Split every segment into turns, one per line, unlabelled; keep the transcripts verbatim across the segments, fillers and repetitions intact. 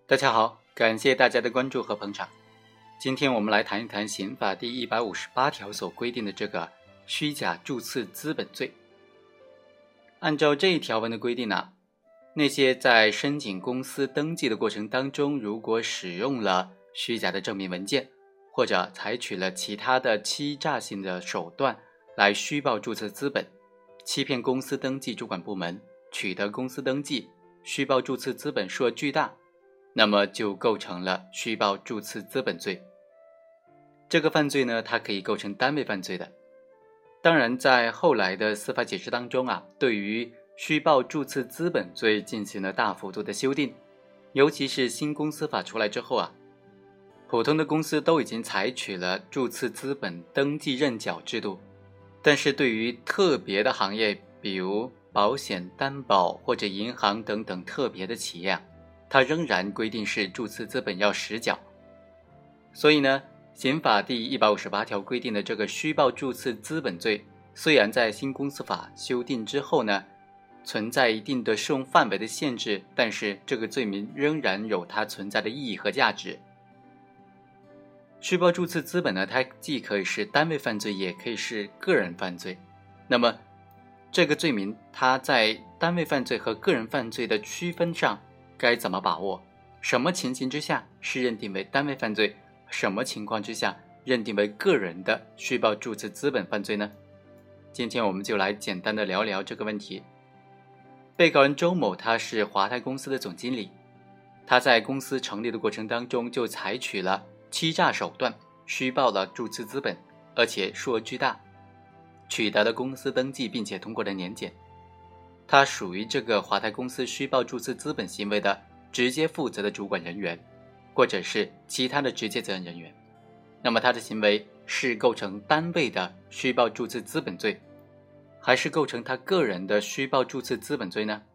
大家好，感谢大家的关注和捧场。今天我们来谈一谈刑法第一百五十八条所规定的这个虚假注册资本罪。按照这一条文的规定呢，那些在申请公司登记的过程当中，如果使用了虚假的证明文件，或者采取了其他的欺诈性的手段来虚报注册资本，欺骗公司登记主管部门，取得公司登记，虚报注册资本数额巨大，那么就构成了虚报注册资本罪。这个犯罪呢，它可以构成单位犯罪的。当然在后来的司法解释当中啊，对于虚报注册资本罪进行了大幅度的修订，尤其是新公司法出来之后啊，普通的公司都已经采取了注册资本登记认缴制度，但是对于特别的行业，比如保险、担保或者银行等等特别的企业啊，它仍然规定是注册资本要实缴。所以呢，刑法第一百五十八条规定的这个虚报注册资本罪，虽然在新公司法修订之后呢，存在一定的适用范围的限制，但是这个罪名仍然有它存在的意义和价值。虚报注册资本呢，它既可以是单位犯罪，也可以是个人犯罪。那么这个罪名它在单位犯罪和个人犯罪的区分上该怎么把握？什么情形之下是认定为单位犯罪？什么情况之下认定为个人的虚报注册资本犯罪呢？今天我们就来简单的聊聊这个问题。被告人周某他是华泰公司的总经理，他在公司成立的过程当中就采取了欺诈手段，虚报了注册资本，而且数额巨大，取得了公司登记并且通过了年检。他属于这个华泰公司虚报注册资本行为的直接负责的主管人员，或者是其他的直接责任人员。那么他的行为是构成单位的虚报注册资本罪，还是构成他个人的虚报注册资本罪呢？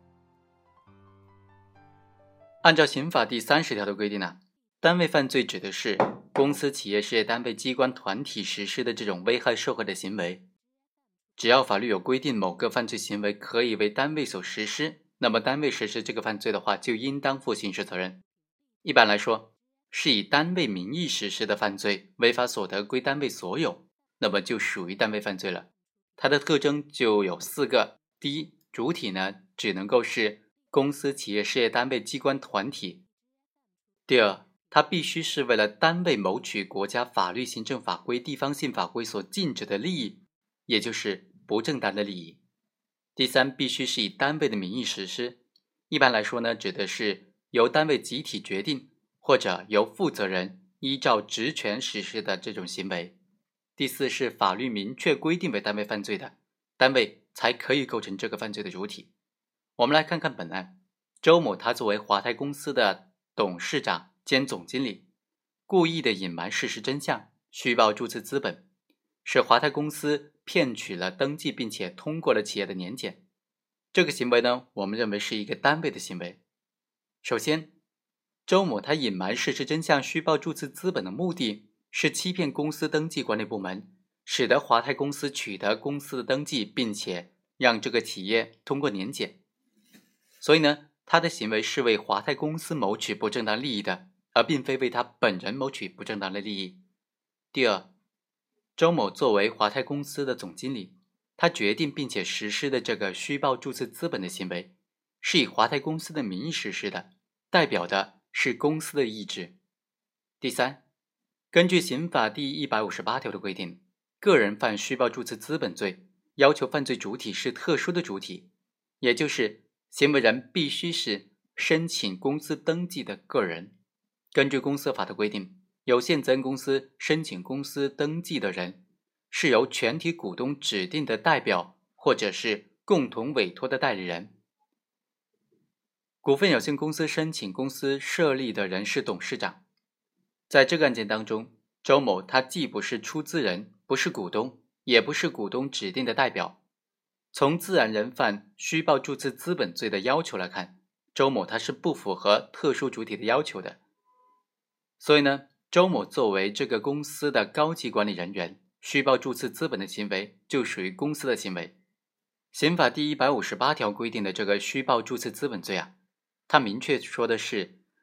按照刑法第三十条的规定呢，单位犯罪指的是公司、企业、事业单位、机关、团体实施的这种危害社会的行为。只要法律有规定某个犯罪行为可以为单位所实施，那么单位实施这个犯罪的话，就应当负刑事责任。一般来说，是以单位名义实施的犯罪，违法所得归单位所有，那么就属于单位犯罪了。它的特征就有四个。第一，主体呢只能够是公司、企业、事业单位、机关、团体。第二，它必须是为了单位谋取国家法律、行政法规、地方性法规所禁止的利益，也就是不正当的利益。第三，必须是以单位的名义实施，一般来说呢，指的是由单位集体决定或者由负责人依照职权实施的这种行为。第四，是法律明确规定为单位犯罪的，单位才可以构成这个犯罪的主体。我们来看看本案，周某他作为华泰公司的董事长兼总经理，故意的隐瞒事实真相，虚报注册资本，使华泰公司骗取了登记并且通过了企业的年检。这个行为呢，我们认为是一个单位的行为。首先，周某他隐瞒事实真相，虚报注册资本的目的是欺骗公司登记管理部门，使得华泰公司取得公司的登记，并且让这个企业通过年检。所以呢，他的行为是为华泰公司谋取不正当利益的，而并非为他本人谋取不正当的利益。第二，周某作为华泰公司的总经理，他决定并且实施的这个虚报注册资本的行为，是以华泰公司的名义实施的，代表的是公司的意志。第三，根据刑法第一百五十八条的规定，个人犯虚报注册资本罪，要求犯罪主体是特殊的主体，也就是行为人必须是申请公司登记的个人。根据公司法的规定，有限责任公司申请公司登记的人，是由全体股东指定的代表或者是共同委托的代理人。股份有限公司申请公司设立的人是董事长。在这个案件当中，周某他既不是出资人，不是股东，也不是股东指定的代表。从自然人犯虚报注册资本罪的要求来看，周某他是不符合特殊主体的要求的。所以呢，周某作为这个公司的高级管理人员，虚报注册资本的行为就属于公司的行为。刑法第一百五十八条规定的这个虚报注册资本罪啊，它明确说的是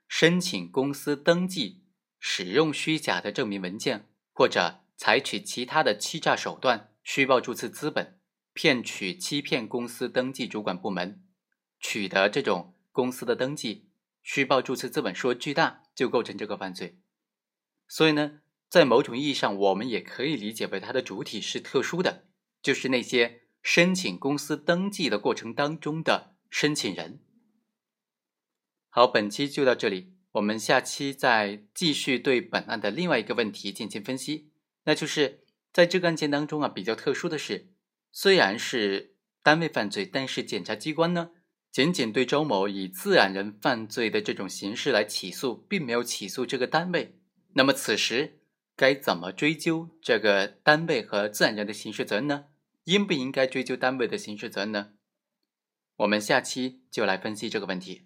申请公司登记使用虚假的证明文件，或者采取其他的欺诈手段虚报注册资本，骗取欺骗公司登记主管部门，取得这种公司的登记，虚报注册资本数额巨大，就构成这个犯罪。所以呢，在某种意义上，我们也可以理解为它的主体是特殊的，就是那些申请公司登记的过程当中的申请人。好，本期就到这里，我们下期再继续对本案的另外一个问题进行分析，那就是在这个案件当中啊，比较特殊的是，虽然是单位犯罪，但是检察机关呢，仅仅对周某以自然人犯罪的这种形式来起诉，并没有起诉这个单位。那么此时该怎么追究这个单位和自然人的刑事责任呢？应不应该追究单位的刑事责任呢？我们下期就来分析这个问题。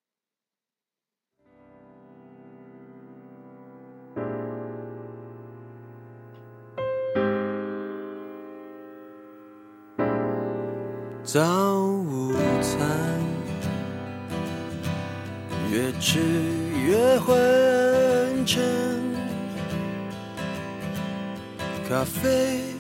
早午餐越吃越昏沉，咖啡